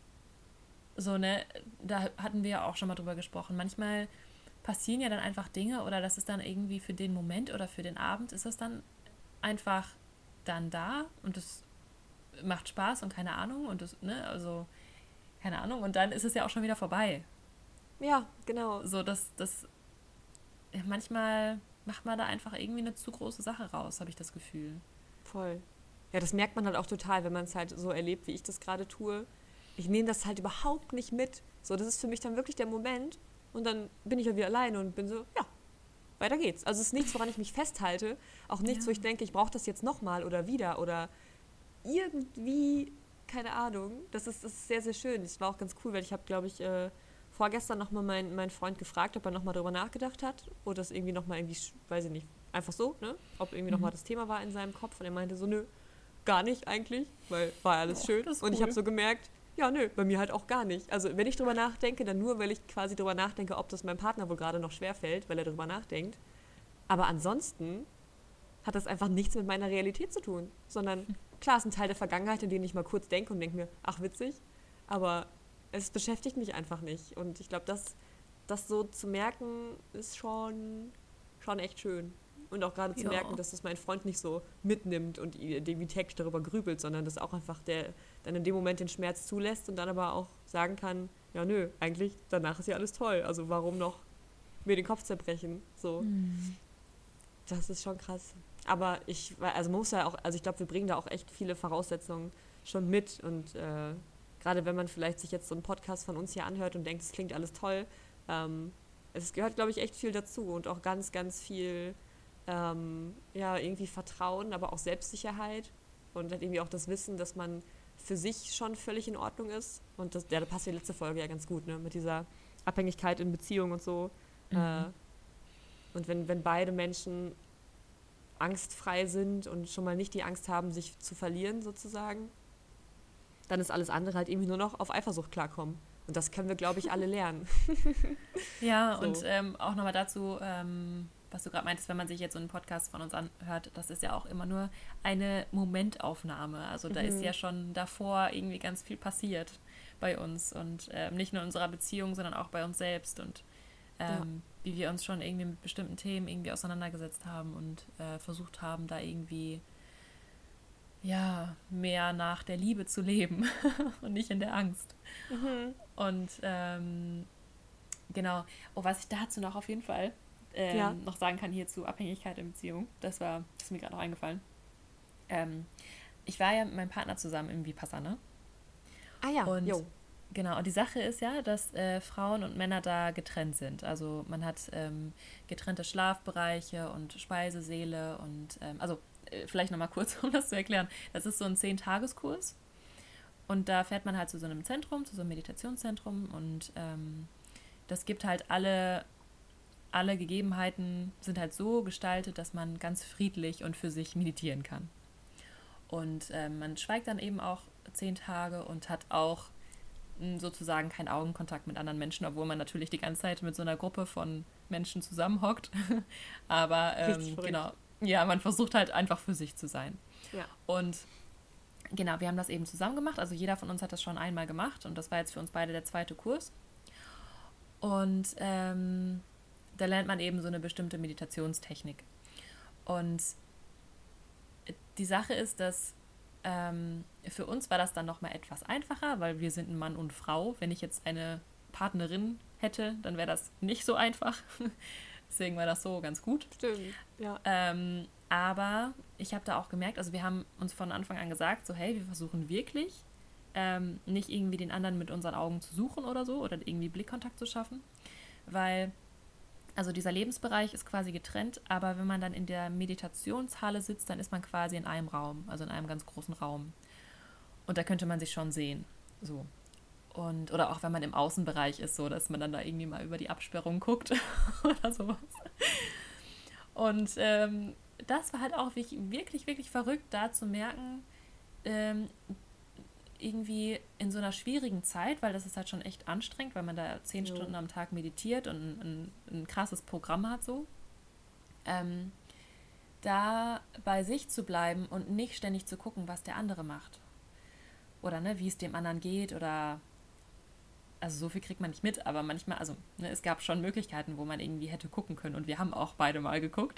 so, ne, da hatten wir ja auch schon mal drüber gesprochen. Manchmal passieren ja dann einfach Dinge oder das ist dann irgendwie für den Moment oder für den Abend ist das dann einfach dann da und es macht Spaß und keine Ahnung und das, ne, also keine Ahnung und dann ist es ja auch schon wieder vorbei. ja, genau, So, ja, manchmal macht man da einfach irgendwie eine zu große Sache raus, habe ich das Gefühl. voll. Ja, das merkt man halt auch total, wenn man es halt so erlebt, wie ich das gerade tue. Ich nehme das halt überhaupt nicht mit. So, das ist für mich dann wirklich der Moment und dann bin ich ja wieder alleine und bin so, ja, weiter geht's. Also es ist nichts, woran ich mich festhalte, auch nichts, wo ich denke, ich brauche das jetzt nochmal oder wieder oder irgendwie, keine Ahnung. Das ist sehr, sehr schön. Das war auch ganz cool, weil ich habe, glaube ich, vorgestern nochmal meinen Freund gefragt, ob er nochmal darüber nachgedacht hat oder das irgendwie nochmal irgendwie, weiß ich nicht, einfach so, ne? Ob irgendwie nochmal das Thema war in seinem Kopf und er meinte so, nö, gar nicht eigentlich, weil war alles schön. Und ich habe so gemerkt, ja, nö, bei mir halt auch gar nicht. Also wenn ich drüber nachdenke, dann nur, weil ich quasi drüber nachdenke, ob das meinem Partner wohl gerade noch schwerfällt, weil er drüber nachdenkt. Aber ansonsten hat das einfach nichts mit meiner Realität zu tun, sondern klar, es ist ein Teil der Vergangenheit, in den ich mal kurz denke und denke mir, ach witzig, aber es beschäftigt mich einfach nicht. Und ich glaube, das so zu merken, ist schon echt schön. Und auch gerade zu merken, dass das mein Freund nicht so mitnimmt und wie täglich darüber grübelt, sondern dass auch einfach der dann in dem Moment den Schmerz zulässt und dann aber auch sagen kann, ja nö, eigentlich danach ist ja alles toll. Also warum noch mir den Kopf zerbrechen? So. Das ist schon krass. Aber man muss ja auch, also ich glaube, wir bringen da auch echt viele Voraussetzungen schon mit und gerade wenn man vielleicht sich jetzt so einen Podcast von uns hier anhört und denkt, es klingt alles toll, es gehört, glaube ich, echt viel dazu und auch ganz, ganz viel irgendwie Vertrauen, aber auch Selbstsicherheit und halt irgendwie auch das Wissen, dass man für sich schon völlig in Ordnung ist. Und da passt die letzte Folge ja ganz gut, ne? Mit dieser Abhängigkeit in Beziehung und so. Und wenn beide Menschen angstfrei sind und schon mal nicht die Angst haben, sich zu verlieren sozusagen, dann ist alles andere halt irgendwie nur noch auf Eifersucht klarkommen. Und das können wir, glaube ich, alle lernen. Ja, so. Und auch nochmal dazu, was du gerade meintest, wenn man sich jetzt so einen Podcast von uns anhört, das ist ja auch immer nur eine Momentaufnahme. Also da ist ja schon davor irgendwie ganz viel passiert bei uns und nicht nur in unserer Beziehung, sondern auch bei uns selbst und wie wir uns schon irgendwie mit bestimmten Themen irgendwie auseinandergesetzt haben und versucht haben, da irgendwie mehr nach der Liebe zu leben und nicht in der Angst. Und genau. Was ich dazu noch auf jeden Fall noch sagen kann hier zu Abhängigkeit in Beziehung, das ist mir gerade noch eingefallen. Ich war ja mit meinem Partner zusammen im Vipassana. Ah ja, und genau, und die Sache ist ja, dass Frauen und Männer da getrennt sind. Also man hat getrennte Schlafbereiche und Speisesäle und vielleicht nochmal kurz, um das zu erklären. Das ist so ein 10-Tageskurs und da fährt man halt zu so einem Zentrum, zu so einem Meditationszentrum und das gibt halt alle Gegebenheiten sind halt so gestaltet, dass man ganz friedlich und für sich meditieren kann. Und man schweigt dann eben auch 10 Tage und hat auch sozusagen keinen Augenkontakt mit anderen Menschen, obwohl man natürlich die ganze Zeit mit so einer Gruppe von Menschen zusammenhockt. Aber genau, man versucht halt einfach für sich zu sein. Ja. Und genau, wir haben das eben zusammen gemacht. Also jeder von uns hat das schon einmal gemacht und das war jetzt für uns beide der 2. Kurs. Und da lernt man eben so eine bestimmte Meditationstechnik. Und die Sache ist, dass für uns war das dann nochmal etwas einfacher, weil wir sind ein Mann und Frau. Wenn ich jetzt eine Partnerin hätte, dann wäre das nicht so einfach. Deswegen war das so ganz gut. Stimmt, ja. Aber ich habe da auch gemerkt, also wir haben uns von Anfang an gesagt, so hey, wir versuchen wirklich, nicht irgendwie den anderen mit unseren Augen zu suchen oder so oder irgendwie Blickkontakt zu schaffen, weil also dieser Lebensbereich ist quasi getrennt, aber wenn man dann in der Meditationshalle sitzt, dann ist man quasi in einem Raum, also in einem ganz großen Raum. Und da könnte man sich schon sehen. So. Oder auch wenn man im Außenbereich ist, so, dass man dann da irgendwie mal über die Absperrung guckt oder sowas. Und das war halt auch wirklich, wirklich verrückt, da zu merken, irgendwie in so einer schwierigen Zeit, weil das ist halt schon echt anstrengend, weil man da 10 Stunden am Tag meditiert und ein krasses Programm hat so. Da bei sich zu bleiben und nicht ständig zu gucken, was der andere macht. Oder ne, wie es dem anderen geht oder also so viel kriegt man nicht mit, aber manchmal, also ne, es gab schon Möglichkeiten, wo man irgendwie hätte gucken können und wir haben auch beide mal geguckt.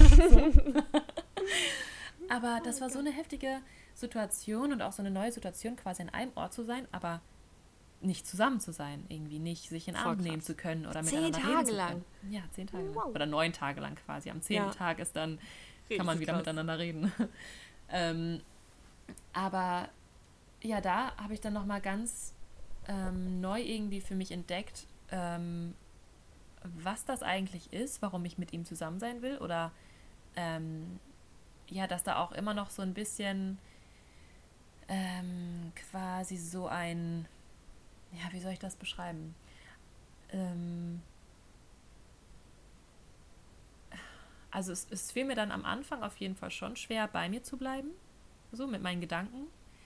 Aber das war so eine heftige Situation und auch so eine neue Situation, quasi an einem Ort zu sein, aber nicht zusammen zu sein, irgendwie nicht sich in den Arm nehmen zu können oder miteinander reden zu können. 10 Tage lang? Ja, 10 Tage lang. Oder 9 Tage lang quasi. Am 10. Tag ist dann, kann man wieder miteinander reden. Aber ja, da habe ich dann nochmal ganz neu irgendwie für mich entdeckt, was das eigentlich ist, warum ich mit ihm zusammen sein will oder ja, dass da auch immer noch so ein bisschen quasi so ein, ja, wie soll ich das beschreiben? Also es fiel mir dann am Anfang auf jeden Fall schon schwer, bei mir zu bleiben, so mit meinen Gedanken.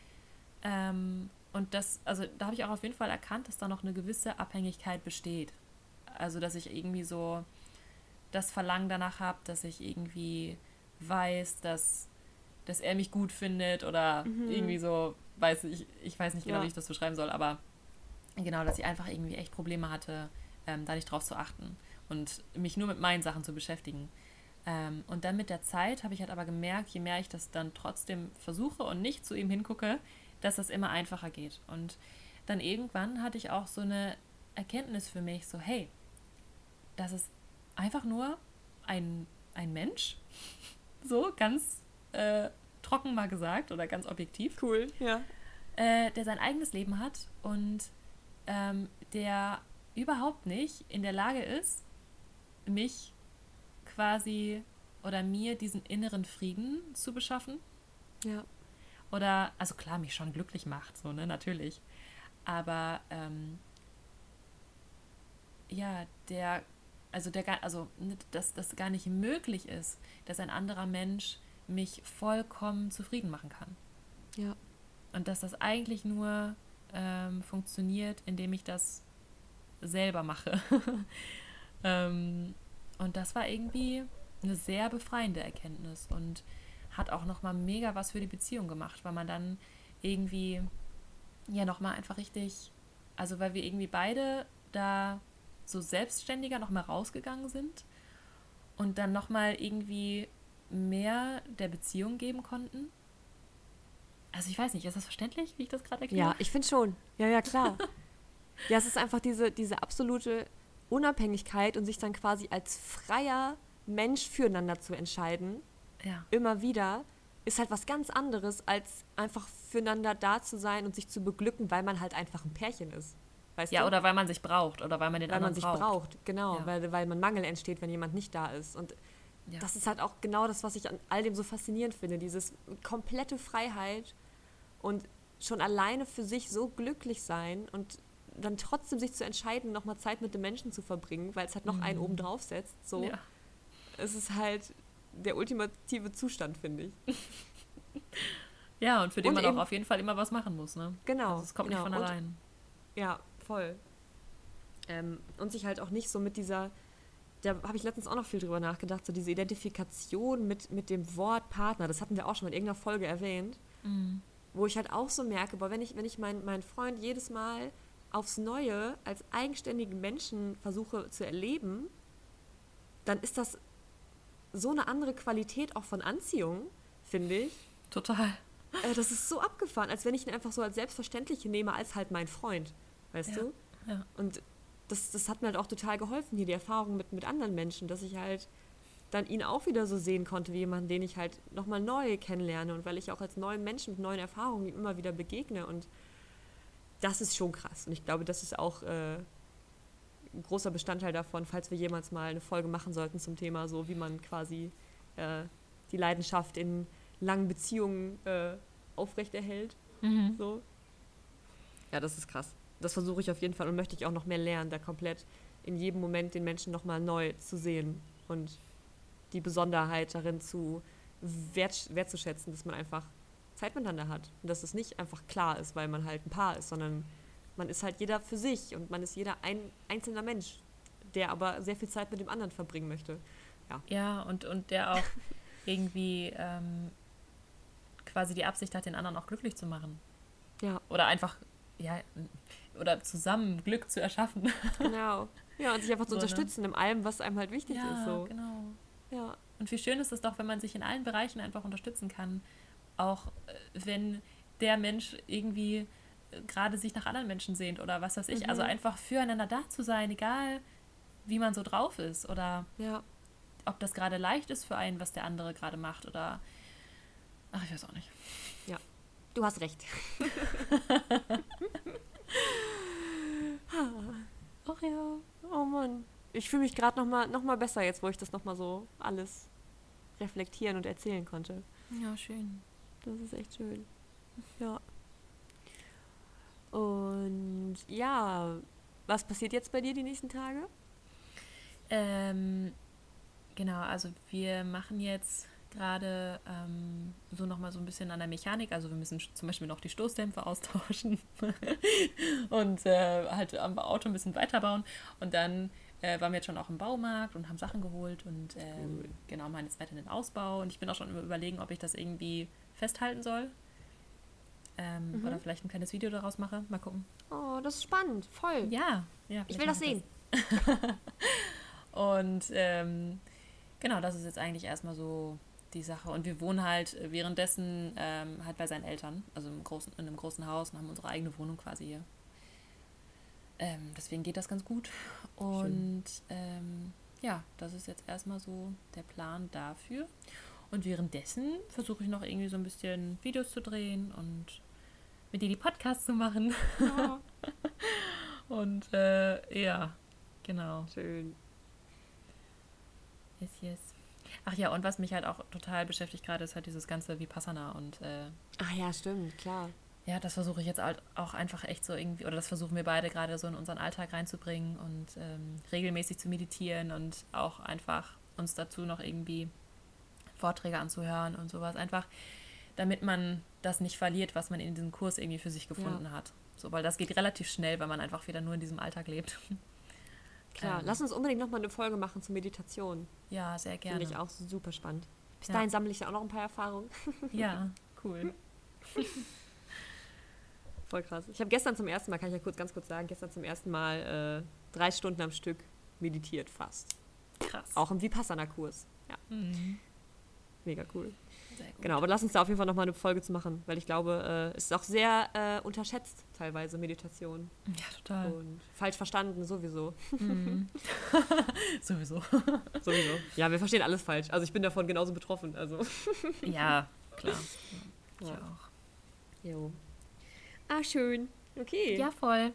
Und das, also da habe ich auch auf jeden Fall erkannt, dass da noch eine gewisse Abhängigkeit besteht. Also dass ich irgendwie so das Verlangen danach habe, dass ich irgendwie weiß, dass er mich gut findet oder irgendwie so, ich weiß nicht genau, wie ich das beschreiben soll, aber genau, dass ich einfach irgendwie echt Probleme hatte, da nicht drauf zu achten und mich nur mit meinen Sachen zu beschäftigen. Und dann mit der Zeit habe ich halt aber gemerkt, je mehr ich das dann trotzdem versuche und nicht zu ihm hingucke, dass das immer einfacher geht. Und dann irgendwann hatte ich auch so eine Erkenntnis für mich, so hey, das ist einfach nur ein Mensch, so ganz trocken mal gesagt oder ganz objektiv. Cool, ja. Der sein eigenes Leben hat und der überhaupt nicht in der Lage ist, mich quasi oder mir diesen inneren Frieden zu beschaffen. Ja. Oder, also klar, mich schon glücklich macht, so, ne, natürlich. Aber ja, dass das gar nicht möglich ist, dass ein anderer Mensch mich vollkommen zufrieden machen kann. Ja. Und dass das eigentlich nur funktioniert, indem ich das selber mache. Und das war irgendwie eine sehr befreiende Erkenntnis und hat auch nochmal mega was für die Beziehung gemacht, weil man dann irgendwie ja nochmal einfach richtig, also weil wir irgendwie beide da so selbstständiger nochmal rausgegangen sind und dann nochmal irgendwie mehr der Beziehung geben konnten. Also ich weiß nicht, ist das verständlich, wie ich das gerade erkläre? Ja, ich finde schon. Ja, klar. Ja, es ist einfach diese absolute Unabhängigkeit und sich dann quasi als freier Mensch füreinander zu entscheiden, immer wieder, ist halt was ganz anderes, als einfach füreinander da zu sein und sich zu beglücken, weil man halt einfach ein Pärchen ist. Weißt du? Ja, oder weil man sich braucht oder weil man den anderen braucht. Weil man sich braucht, genau, weil man Mangel entsteht, wenn jemand nicht da ist. Und das ist halt auch genau das, was ich an all dem so faszinierend finde, dieses komplette Freiheit und schon alleine für sich so glücklich sein und dann trotzdem sich zu entscheiden, nochmal Zeit mit dem Menschen zu verbringen, weil es halt noch einen oben drauf setzt. So. Ja. Es ist halt der ultimative Zustand, finde ich. Ja, und für den man auch auf jeden Fall immer was machen muss, ne? Genau. Also es kommt nicht von allein. Ja, voll. Und sich halt auch nicht so mit dieser, da habe ich letztens auch noch viel drüber nachgedacht, so diese Identifikation mit dem Wort Partner, das hatten wir auch schon mal in irgendeiner Folge erwähnt, wo ich halt auch so merke, boah, wenn ich meinen Freund jedes Mal aufs Neue als eigenständigen Menschen versuche zu erleben, dann ist das so eine andere Qualität auch von Anziehung, finde ich. Total. Das ist so abgefahren, als wenn ich ihn einfach so als Selbstverständliche nehme, als halt mein Freund, weißt du? Ja. Und das hat mir halt auch total geholfen, hier die Erfahrung mit anderen Menschen, dass ich halt dann ihn auch wieder so sehen konnte, wie jemanden, den ich halt nochmal neu kennenlerne und weil ich auch als neuen Menschen mit neuen Erfahrungen ihm immer wieder begegne und das ist schon krass. Und ich glaube, das ist auch ein großer Bestandteil davon, falls wir jemals mal eine Folge machen sollten zum Thema, so wie man quasi die Leidenschaft in langen Beziehungen aufrechterhält. So. Ja, das ist krass. Das versuche ich auf jeden Fall und möchte ich auch noch mehr lernen, da komplett in jedem Moment den Menschen nochmal neu zu sehen und die Besonderheit darin zu wertzuschätzen, dass man einfach Zeit miteinander hat und dass es nicht einfach klar ist, weil man halt ein Paar ist, sondern man ist halt jeder für sich und man ist jeder ein einzelner Mensch, der aber sehr viel Zeit mit dem anderen verbringen möchte. Ja, und der auch irgendwie quasi die Absicht hat, den anderen auch glücklich zu machen. Ja. Oder einfach, oder zusammen Glück zu erschaffen. Genau. Ja, und sich einfach zu unterstützen in allem, was einem halt wichtig ist. So. Genau. Ja. Und wie schön ist es doch, wenn man sich in allen Bereichen einfach unterstützen kann. Auch wenn der Mensch irgendwie gerade sich nach anderen Menschen sehnt oder was weiß ich. Also einfach füreinander da zu sein, egal wie man so drauf ist. Oder ob das gerade leicht ist für einen, was der andere gerade macht. Oder, ach, ich weiß auch nicht. Ja, du hast recht. Ach ja, oh Mann. ich fühle mich gerade noch mal besser jetzt, wo ich das noch mal so alles reflektieren und erzählen konnte. Ja, schön. Das ist echt schön. Ja. Und ja, was passiert jetzt bei dir die nächsten Tage? Genau, also wir machen jetzt gerade so nochmal so ein bisschen an der Mechanik. Also wir müssen zum Beispiel noch die Stoßdämpfer austauschen und halt am Auto ein bisschen weiterbauen. Und dann waren wir jetzt schon auch im Baumarkt und haben Sachen geholt und genau, machen jetzt weiter den Ausbau. Und ich bin auch schon überlegen, ob ich das irgendwie festhalten soll. Oder vielleicht ein kleines Video daraus mache. Mal gucken. Oh, das ist spannend. Voll. Ja. Ich will das sehen. Und genau, das ist jetzt eigentlich erstmal so die Sache. Und wir wohnen halt währenddessen halt bei seinen Eltern, also in einem großen Haus und haben unsere eigene Wohnung quasi hier. Deswegen geht das ganz gut. Und ja, das ist jetzt erstmal so der Plan dafür. Und währenddessen versuche ich noch irgendwie so ein bisschen Videos zu drehen und mit dir die Podcasts zu machen. Ja. Und ja, genau. Schön. Yes. Ach ja, und was mich halt auch total beschäftigt gerade, ist halt dieses ganze Vipassana und Ach ja, stimmt, klar. ja, das versuche ich jetzt halt auch einfach echt so irgendwie, oder das versuchen wir beide gerade so in unseren Alltag reinzubringen und regelmäßig zu meditieren und auch einfach uns dazu noch irgendwie Vorträge anzuhören und sowas. Einfach, damit man das nicht verliert, was man in diesem Kurs irgendwie für sich gefunden hat. So, weil das geht relativ schnell, weil man einfach wieder nur in diesem Alltag lebt. Klar, lass uns unbedingt nochmal eine Folge machen zur Meditation. Ja, sehr gerne. Finde ich auch super spannend. Bis dahin sammle ich ja auch noch ein paar Erfahrungen. Ja, cool. Voll krass. Ich habe gestern zum ersten Mal, kann ich ja ganz kurz sagen, 3 Stunden am Stück meditiert fast. Krass. Auch im Vipassana-Kurs. Ja. Mhm. Mega cool. Sehr gut. Genau, aber lass uns da auf jeden Fall nochmal eine Folge zu machen, weil ich glaube, es ist auch sehr unterschätzt teilweise, Meditation. Ja, total. Und falsch verstanden sowieso. Mhm. Sowieso. Ja, wir verstehen alles falsch. Also ich bin davon genauso betroffen. Also. Ja, klar. Ich Ja. auch. Jo. Ah, schön. Okay. Ja, voll.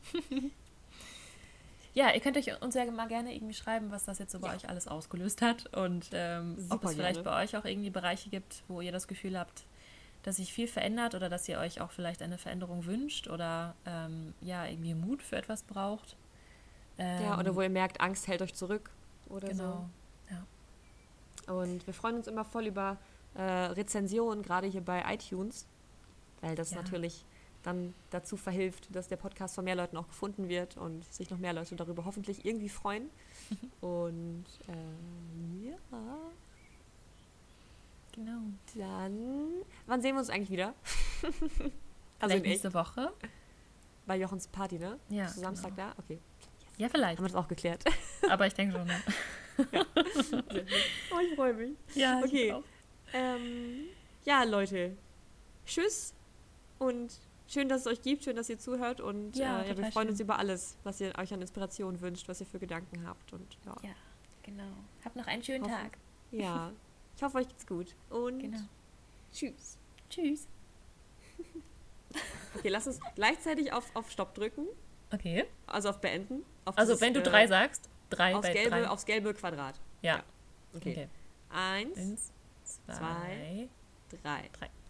Ja, ihr könnt uns ja mal gerne irgendwie schreiben, was das jetzt so bei euch alles ausgelöst hat und ob es vielleicht bei euch auch irgendwie Bereiche gibt, wo ihr das Gefühl habt, dass sich viel verändert oder dass ihr euch auch vielleicht eine Veränderung wünscht oder ja, irgendwie Mut für etwas braucht. Ja, oder wo ihr merkt, Angst hält euch zurück oder genau. so. Ja. Und wir freuen uns immer voll über Rezensionen, gerade hier bei iTunes, weil das natürlich dann dazu verhilft, dass der Podcast von mehr Leuten auch gefunden wird und sich noch mehr Leute darüber hoffentlich irgendwie freuen. Und ja. Genau. Dann, wann sehen wir uns eigentlich wieder? Vielleicht nächste Woche? Bei Jochens Party, ne? Ja. Bist du Samstag da? Okay. Ja, vielleicht. Haben wir das auch geklärt. Aber ich denke schon. Ne? Ja. Oh, ich freue mich. Ja, okay. ich auch. Ja, Leute. Tschüss und schön, dass es euch gibt, schön, dass ihr zuhört und ja, wir freuen uns über alles, was ihr euch an Inspiration wünscht, was ihr für Gedanken habt. Und, ja, genau. Habt noch einen schönen Tag. Ja, ich hoffe, euch geht's gut und tschüss. Tschüss. Okay, lass uns gleichzeitig auf Stopp drücken. Okay. Also auf Beenden. Auf also wenn du 3 sagst, 3 aufs bei gelbe, 3. Aufs gelbe Quadrat. Ja. Okay. 1, 2, 3.